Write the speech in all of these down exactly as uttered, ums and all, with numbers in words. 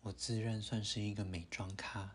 我自认算是一个美妆咖，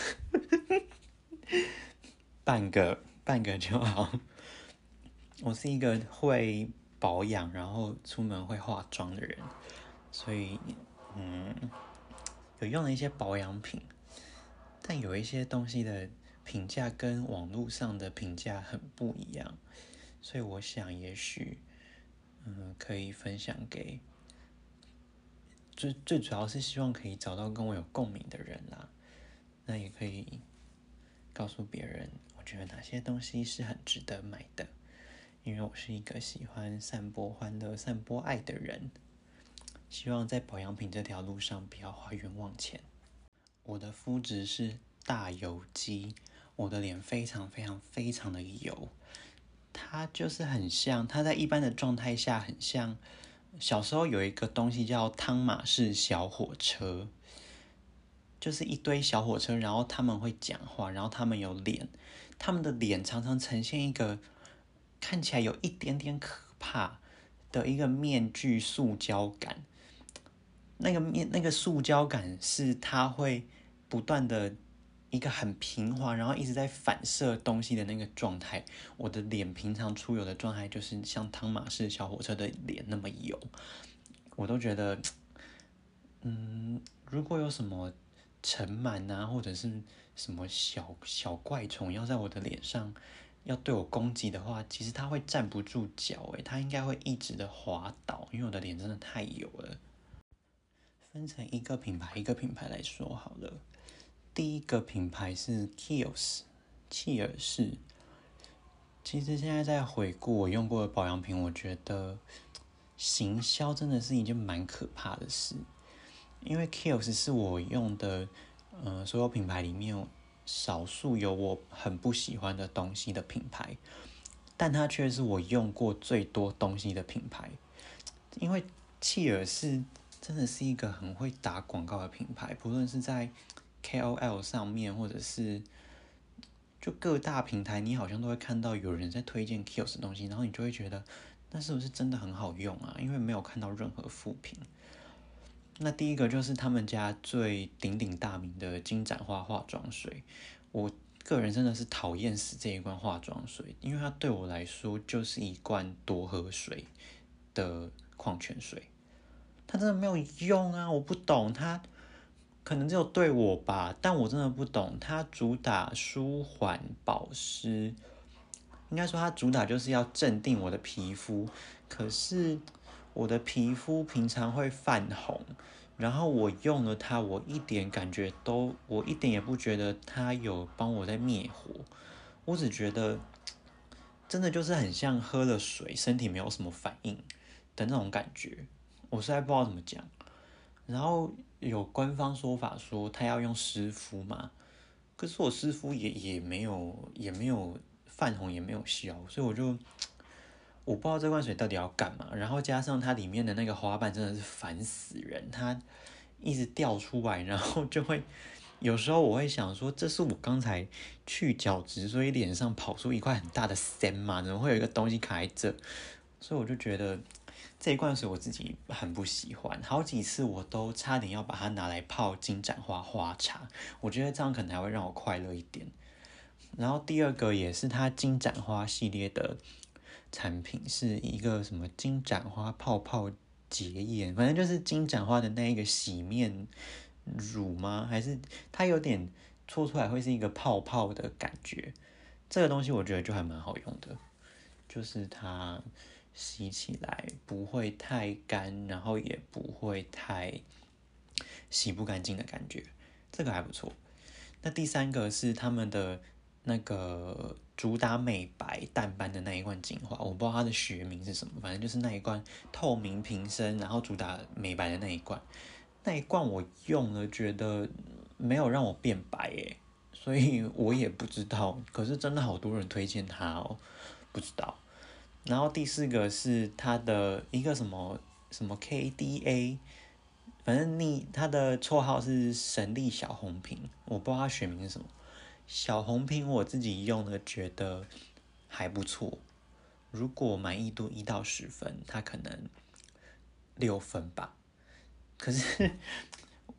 半个半个就好。我是一个会保养，然后出门会化妆的人，所以嗯，有用了一些保养品，但有一些东西的评价跟网络上的评价很不一样，所以我想也许嗯可以分享给。最最主要是希望可以找到跟我有共鸣的人啦，那也可以告诉别人，我觉得哪些东西是很值得买的，因为我是一个喜欢散播欢乐、散播爱的人，希望在保养品这条路上不要花冤枉钱。我的肤质是大油肌，我的脸非常非常非常的油，它就是很像，它在一般的状态下很像。小时候有一个东西叫汤马士小火车，就是一堆小火车，然后他们会讲话，然后他们有脸，他们的脸常常呈现一个看起来有一点点可怕的一个面具塑胶感。那个面那个塑胶感是它会不断的一个很平滑，然后一直在反射东西的那个状态。我的脸平常出油的状态就是像汤马士小火车的脸那么油，我都觉得，嗯，如果有什么尘螨啊，或者是什么小小怪虫要在我的脸上要对我攻击的话，其实它会站不住脚，诶，它应该会一直的滑倒，因为我的脸真的太油了。分成一个品牌一个品牌来说好了。第一个品牌是 Kiehl's 契尔氏。其实现在在回顾我用过的保养品，我觉得行销真的是一件蛮可怕的事。因为 Kiehl's 是我用的，呃，所有品牌里面少数有我很不喜欢的东西的品牌，但它却是我用过最多东西的品牌。因为契尔氏真的是一个很会打广告的品牌，不论是在 K O L 上面，或者是就各大平台，你好像都会看到有人在推荐 Kiehl's 的东西，然后你就会觉得那是不是真的很好用啊？因为没有看到任何负评。那第一个就是他们家最鼎鼎大名的金盏花化妆水，我个人真的是讨厌死这一罐化妆水，因为它对我来说就是一罐多喝水的矿泉水，它真的没有用啊！我不懂，它可能只有对我吧，但我真的不懂。它主打舒缓保湿，应该说它主打就是要镇定我的皮肤，可是我的皮肤平常会泛红，然后我用了它，我一点感觉都，我一点也不觉得它有帮我在灭火，我只觉得真的就是很像喝了水，身体没有什么反应的那种感觉，我实在不知道怎么讲。然后有官方说法说他要用湿敷嘛，可是我湿敷也也没有也没有泛红也没有消，所以我就我不知道这罐水到底要干嘛。然后加上它里面的那个花瓣真的是烦死人，它一直掉出来，然后就会有时候我会想说，这是我刚才去角质，所以脸上跑出一块很大的癣嘛？怎么会有一个东西卡在这？所以我就觉得这一罐水我自己很不喜欢，好几次我都差点要把它拿来泡金盏花花茶，我觉得这样可能还会让我快乐一点。然后第二个也是它金盏花系列的产品，是一个什么金盏花泡泡洁颜，反正就是金盏花的那一个洗面乳吗？还是它有点搓出来会是一个泡泡的感觉？这个东西我觉得就还蛮好用的，就是它洗起来不会太干，然后也不会太洗不干净的感觉，这个还不错。那第三个是他们的那个主打美白淡斑的那一罐精华，我不知道它的学名是什么，反正就是那一罐透明瓶身，然后主打美白的那一罐。那一罐我用了，觉得没有让我变白耶，所以我也不知道。可是真的好多人推荐它哦，不知道。然后第四个是它的一个什么什么 K D A， 反正你它的绰号是神力小红瓶，我不知道它学名是什么。小红瓶我自己用的觉得还不错，如果满意度一到十分，它可能六分吧。可是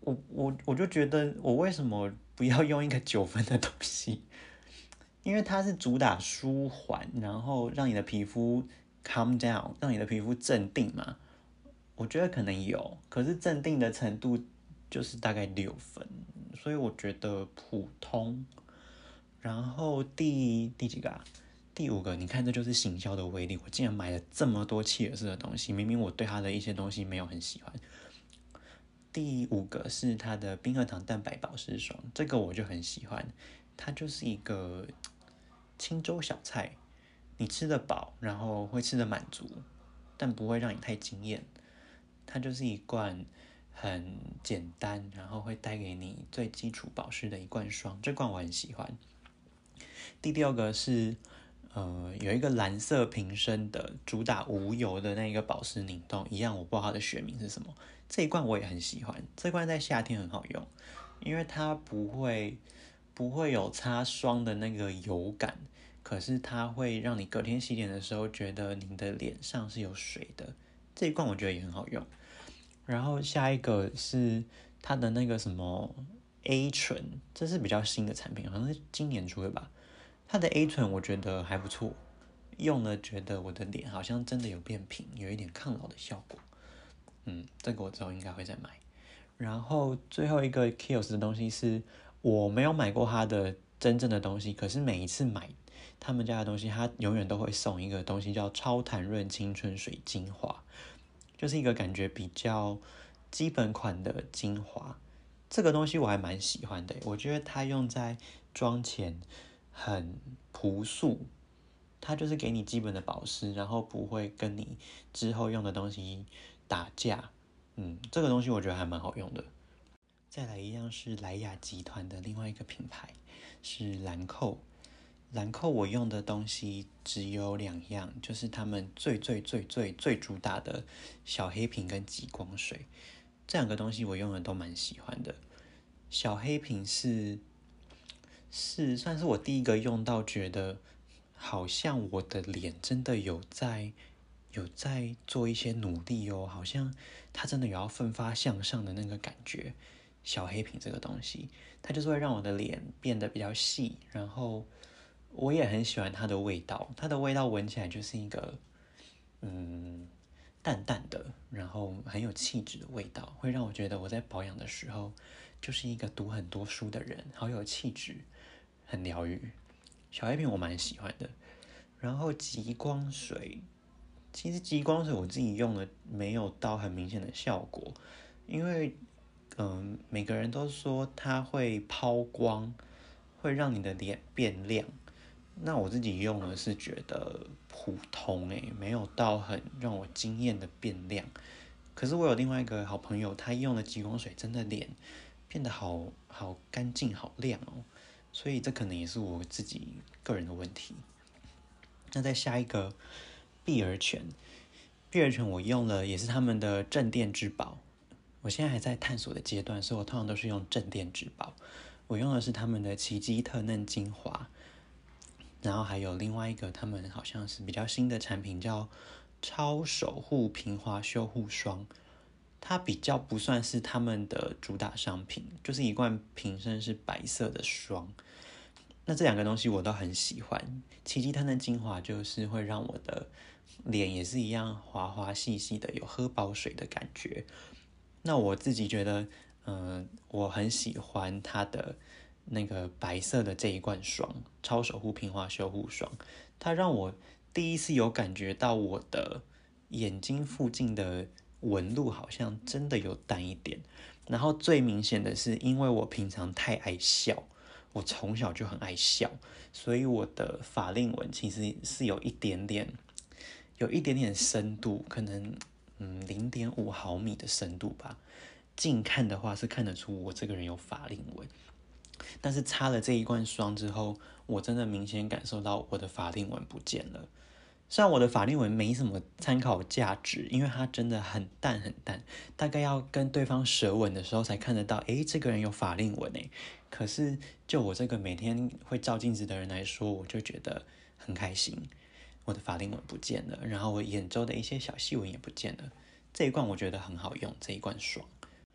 我我我就觉得我为什么不要用一个九分的东西？因为它是主打舒缓，然后让你的皮肤 calm down，让你的皮肤镇定嘛。我觉得可能有，可是镇定的程度就是大概六分，所以我觉得普通。然后第第几个啊？第五个，你看这就是行销的威力。我竟然买了这么多契尔氏的东西，明明我对它的一些东西没有很喜欢。第五个是它的冰荷糖蛋白保湿霜，这个我就很喜欢。它就是一个清粥小菜，你吃得饱，然后会吃得满足，但不会让你太惊艳。它就是一罐很简单，然后会带给你最基础保湿的一罐霜，这罐我很喜欢。第六个是呃有一个蓝色瓶身的主打无油的那个保湿凝冻，一样我不知道它的学名是什么。这一罐我也很喜欢，这罐在夏天很好用，因为它不会不会有擦霜的那个油感，可是它会让你隔天洗脸的时候觉得你的脸上是有水的。这一罐我觉得也很好用。然后下一个是它的那个什么 A 醇，这是比较新的产品，好像是今年出的吧。它的 A 醇我觉得还不错，用了觉得我的脸好像真的有变平，有一点抗老的效果。嗯，这个我之后应该会再买。然后最后一个 Kiehl's 的东西是我没有买过它的真正的东西，可是每一次买他们家的东西，它永远都会送一个东西叫超弹润青春水精华，就是一个感觉比较基本款的精华。这个东西我还蛮喜欢的，我觉得它用在妆前很朴素，它就是给你基本的保湿，然后不会跟你之后用的东西打架。嗯，这个东西我觉得还蛮好用的。再来一样是莱雅集团的另外一个品牌，是兰蔻。兰蔻我用的东西只有两样，就是他们最最最最最主打的小黑瓶跟极光水，这两个东西我用的都蛮喜欢的。小黑瓶是是算是我第一个用到，觉得好像我的脸真的有在有在做一些努力哦，好像它真的有要奋发向上的那个感觉。小黑瓶这个东西，它就是会让我的脸变得比较细，然后我也很喜欢它的味道，它的味道闻起来就是一个嗯淡淡的，然后很有气质的味道，会让我觉得我在保养的时候就是一个读很多书的人，好有气质，很疗愈。小黑瓶我蛮喜欢的。然后极光水，其实极光水我自己用的没有到很明显的效果，因为嗯，每个人都说它会抛光，会让你的脸变亮。那我自己用的是觉得普通诶，没有到很让我惊艳的变亮。可是我有另外一个好朋友，他用的极光水真的脸变得好好干净、好亮哦。所以这可能也是我自己个人的问题。那再下一个碧尔泉，碧尔泉我用了也是他们的镇店之宝。我现在还在探索的阶段，所以我通常都是用镇店之宝。我用的是他们的奇迹特嫩精华，然后还有另外一个他们好像是比较新的产品叫超守护平滑修护霜，它比较不算是他们的主打商品，就是一罐瓶身是白色的霜。那这两个东西我都很喜欢。奇迹特嫩精华就是会让我的脸也是一样滑滑细细的，有喝饱水的感觉。那我自己觉得，嗯、呃，我很喜欢它的那个白色的这一罐霜，超守护平滑修护霜，它让我第一次有感觉到我的眼睛附近的纹路好像真的有淡一点。然后最明显的是，因为我平常太爱笑，我从小就很爱笑，所以我的法令纹其实是有一点点，有一点点深度，可能嗯零点五毫米的深度吧。近看的话是看得出我这个人有法令纹，但是擦了这一罐霜之后，我真的明显感受到我的法令纹不见了。虽然我的法令纹没什么参考价值，因为它真的很淡很淡，大概要跟对方舌吻的时候才看得到，诶，这个人有法令纹诶。可是就我这个每天会照镜子的人来说，我就觉得很开心，我的法令纹不见了，然后我眼周的一些小细纹也不见了。这一罐我觉得很好用，这一罐霜。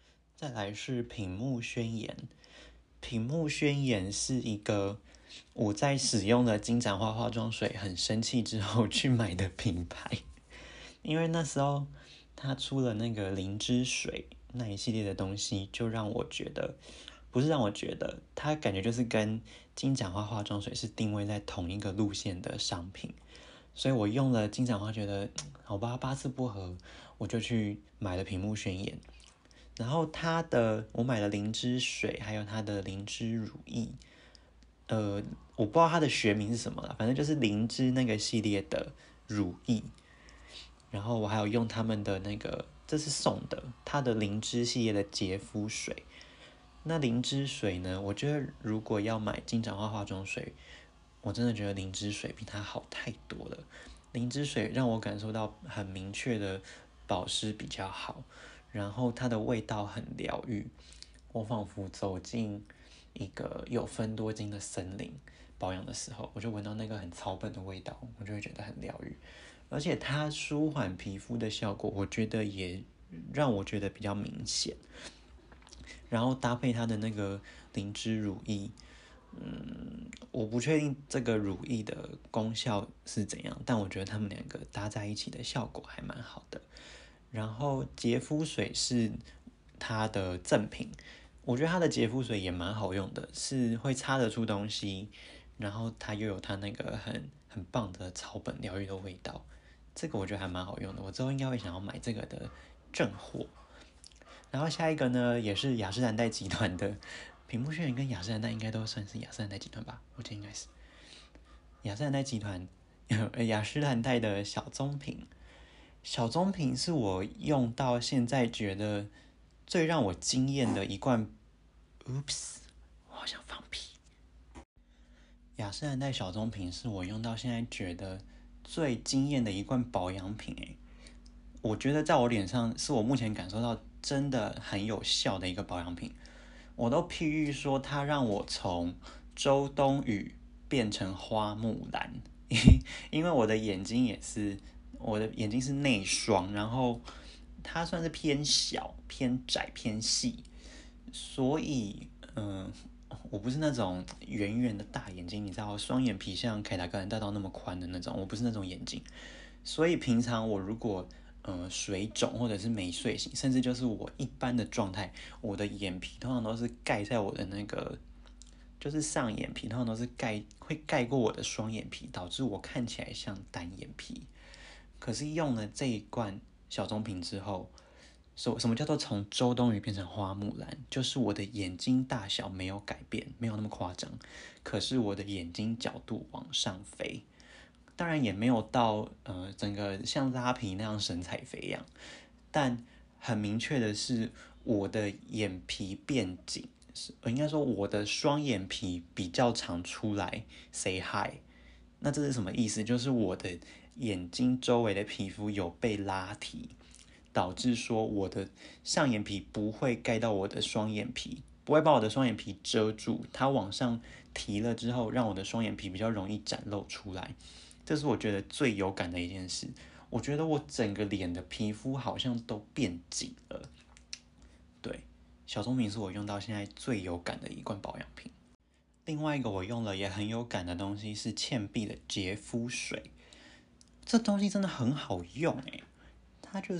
再来是品目宣言，品目宣言是一个我在使用了金盏花化妆水很生气之后去买的品牌，因为那时候它出了那个灵芝水那一系列的东西，就让我觉得，不是让我觉得，它感觉就是跟金盏花化妆水是定位在同一个路线的商品，所以我用了金盏花，觉得好吧，八字不合，我就去买了品目宣言。然后它的我买了灵芝水，还有它的灵芝乳液，呃，我不知道它的学名是什么了，反正就是灵芝那个系列的乳液。然后我还有用他们的那个，这是送的，它的灵芝系列的洁肤水。那灵芝水呢，我觉得如果要买金盏花化妆水，我真的觉得灵芝水比它好太多了。灵芝水让我感受到很明确的保湿比较好，然后它的味道很疗愈，我仿佛走进一个有芬多精的森林。保养的时候，我就闻到那个很草本的味道，我就会觉得很疗愈，而且它舒缓皮肤的效果，我觉得也让我觉得比较明显。然后搭配它的那个灵芝乳液，嗯，我不确定这个乳液的功效是怎样，但我觉得它们两个搭在一起的效果还蛮好的。然后洁肤水是它的赠品，我觉得它的洁肤水也蛮好用的，是会擦得出东西，然后它又有它那个很很棒的草本疗愈的味道，这个我觉得还蛮好用的，我之后应该会想要买这个的正货。然后下一个呢，也是雅诗兰黛集团的，品目宣言跟雅诗兰黛应该都算是雅诗兰黛集团吧，我觉得应该是雅诗兰黛集团，雅诗兰黛的小棕瓶。小棕瓶是我用到现在觉得最让我惊艳的一罐。Oops， 我好想放屁。雅诗兰黛小棕瓶是我用到现在觉得最惊艳的一罐保养品诶，我觉得在我脸上是我目前感受到真的很有效的一个保养品。我都譬喻说它让我从周冬雨变成花木兰，因为我的眼睛也是。我的眼睛是内双，然后它算是偏小、偏窄、偏细，所以嗯、呃，我不是那种圆圆的大眼睛，你知道，双眼皮像凯达格兰大道那么宽的那种，我不是那种眼睛，所以平常我如果呃水肿或者是没睡醒，甚至就是我一般的状态，我的眼皮通常都是盖在我的那个。就是上眼皮通常都是盖会盖过我的双眼皮，导致我看起来像单眼皮。可是用了这一罐小棕瓶之后，什什么叫做从周冬雨变成花木兰？就是我的眼睛大小没有改变，没有那么夸张，可是我的眼睛角度往上飞，当然也没有到呃整个像拉皮那样神采飞扬，但很明确的是我的眼皮变紧，应该说我的双眼皮比较常出来 say hi。那这是什么意思？就是我的眼睛周围的皮肤有被拉提，导致说我的上眼皮不会盖到我的双眼皮，不会把我的双眼皮遮住，它往上提了之后，让我的双眼皮比较容易展露出来。这是我觉得最有感的一件事。我觉得我整个脸的皮肤好像都变紧了。对，小棕瓶是我用到现在最有感的一罐保养品。另外一个我用了也很有感的东西是倩碧的洁肤水，这东西真的很好用诶、欸，它就是，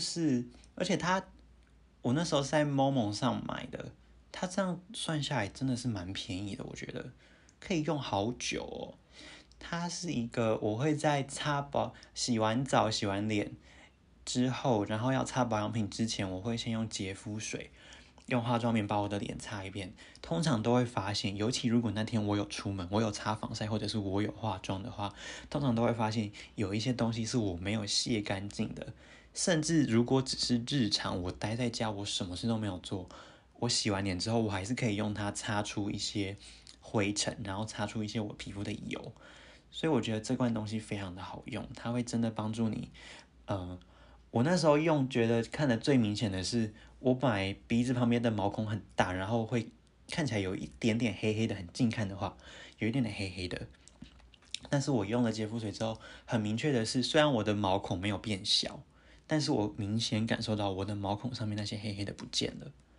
而且它我那时候是在 Momo 上买的，它这样算下来真的是蛮便宜的，我觉得可以用好久哦。它是一个我会在擦保洗完澡洗完脸之后，然后要擦保养品之前，我会先用洁肤水。用化妆棉把我的脸擦一遍，通常都会发现，尤其如果那天我有出门，我有擦防晒，或者是我有化妆的话，通常都会发现有一些东西是我没有卸干净的，甚至如果只是日常我待在家，我什么事都没有做，我洗完脸之后，我还是可以用它擦出一些灰尘，然后擦出一些我皮肤的油，所以我觉得这罐东西非常的好用，它会真的帮助你，呃。我那时候用觉得看得最明显的是，我本来鼻子旁边的毛孔很大，然后会看起来有一点点黑黑的，很近看的话，有一点点黑黑的。但是我用了洁肤水之后，很明确的是，虽然我的毛孔没有变小，但是我明显感受到我的毛孔上面那些黑黑的不见了。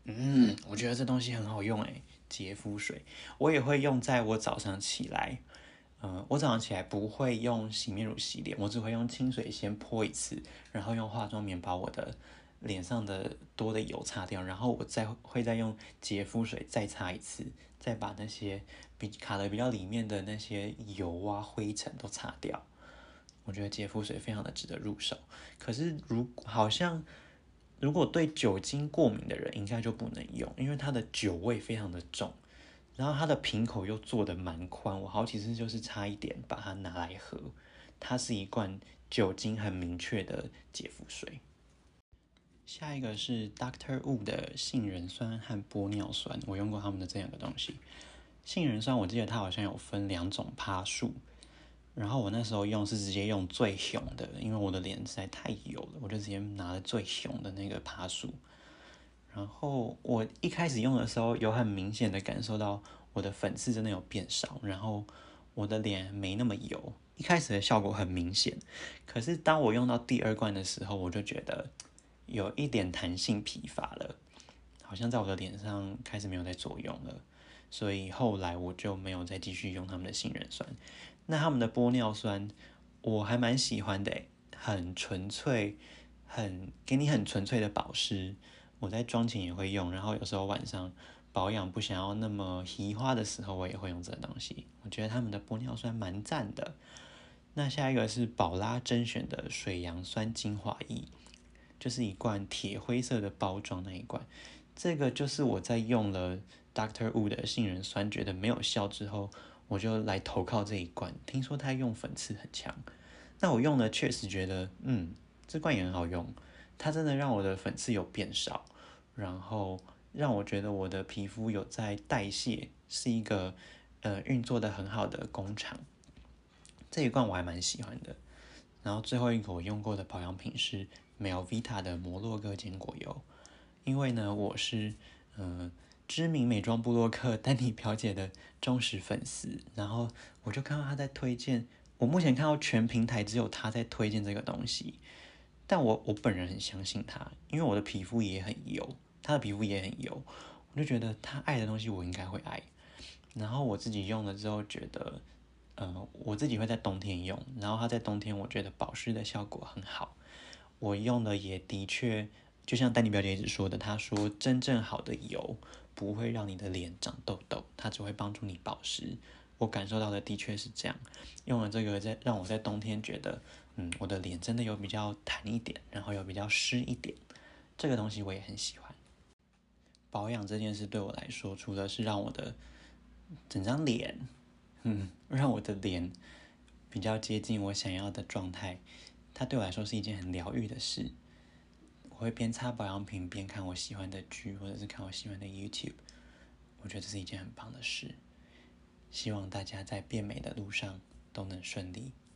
嗯，我觉得这东西很好用诶，洁肤水，我也会用在我早上起来。嗯，我早上起来不会用洗面乳洗脸，我只会用清水先泼一次，然后用化妆棉把我的脸上的多的油擦掉，然后我再会再用洁肤水再擦一次，再把那些比卡的比较里面的那些油啊灰尘都擦掉。我觉得洁肤水非常的值得入手，可是如好像如果对酒精过敏的人应该就不能用，因为它的酒味非常的重，然后它的瓶口又做的蛮宽，我好几次就是差一点把它拿来喝。它是一罐酒精很明确的洁肤水。下一个是 doctor Wu 的杏仁酸和玻尿酸，我用过他们的这两个东西。杏仁酸我记得它好像有分两种趴数，然后我那时候用是直接用最雄的，因为我的脸实在太油了，我就直接拿了最雄的那个趴数。然后我一开始用的时候，有很明显的感受到我的粉刺真的有变少，然后我的脸没那么油。一开始的效果很明显，可是当我用到第二罐的时候，我就觉得有一点弹性疲乏了，好像在我的脸上开始没有在作用了，所以后来我就没有再继续用他们的杏仁酸。那他们的玻尿酸我还蛮喜欢的，很纯粹，很给你很纯粹的保湿。我在妆前也会用，然后有时候晚上保养不想要那么稀花的时候，我也会用这个东西。我觉得他们的玻尿酸蛮赞的。那下一个是宝拉甄选的水杨酸精华液，就是一罐铁灰色的包装那一罐。这个就是我在用了 doctor Wu 的杏仁酸觉得没有效之后，我就来投靠这一罐。听说它用粉刺很强，那我用了确实觉得，嗯，这罐也很好用。它真的让我的粉刺有变少，然后让我觉得我的皮肤有在代谢，是一个呃运作的很好的工厂。这一罐我还蛮喜欢的。然后最后一个我用过的保养品是 Melvita 的摩洛哥坚果油，因为呢我是呃知名美妆部落客丹妮表姐的忠实粉丝，然后我就看到她在推荐，我目前看到全平台只有她在推荐这个东西，但我我本人很相信她，因为我的皮肤也很油，她的皮肤也很油，我就觉得她爱的东西我应该会爱。然后我自己用了之后觉得，呃，我自己会在冬天用，然后它在冬天我觉得保湿的效果很好。我用的也的确，就像丹妮表姐一直说的，她说真正好的油不会让你的脸长痘痘，它只会帮助你保湿。我感受到的的确是这样，用了这个在让我在冬天觉得，嗯，我的脸真的有比较弹一点，然后有比较湿一点，这个东西我也很喜欢。保养这件事对我来说，除了是让我的整张脸，嗯，让我的脸比较接近我想要的状态，它对我来说是一件很疗愈的事。我会边擦保养品边看我喜欢的剧，或者是看我喜欢的 YouTube，我觉得这是一件很棒的事。希望大家在变美的路上都能顺利。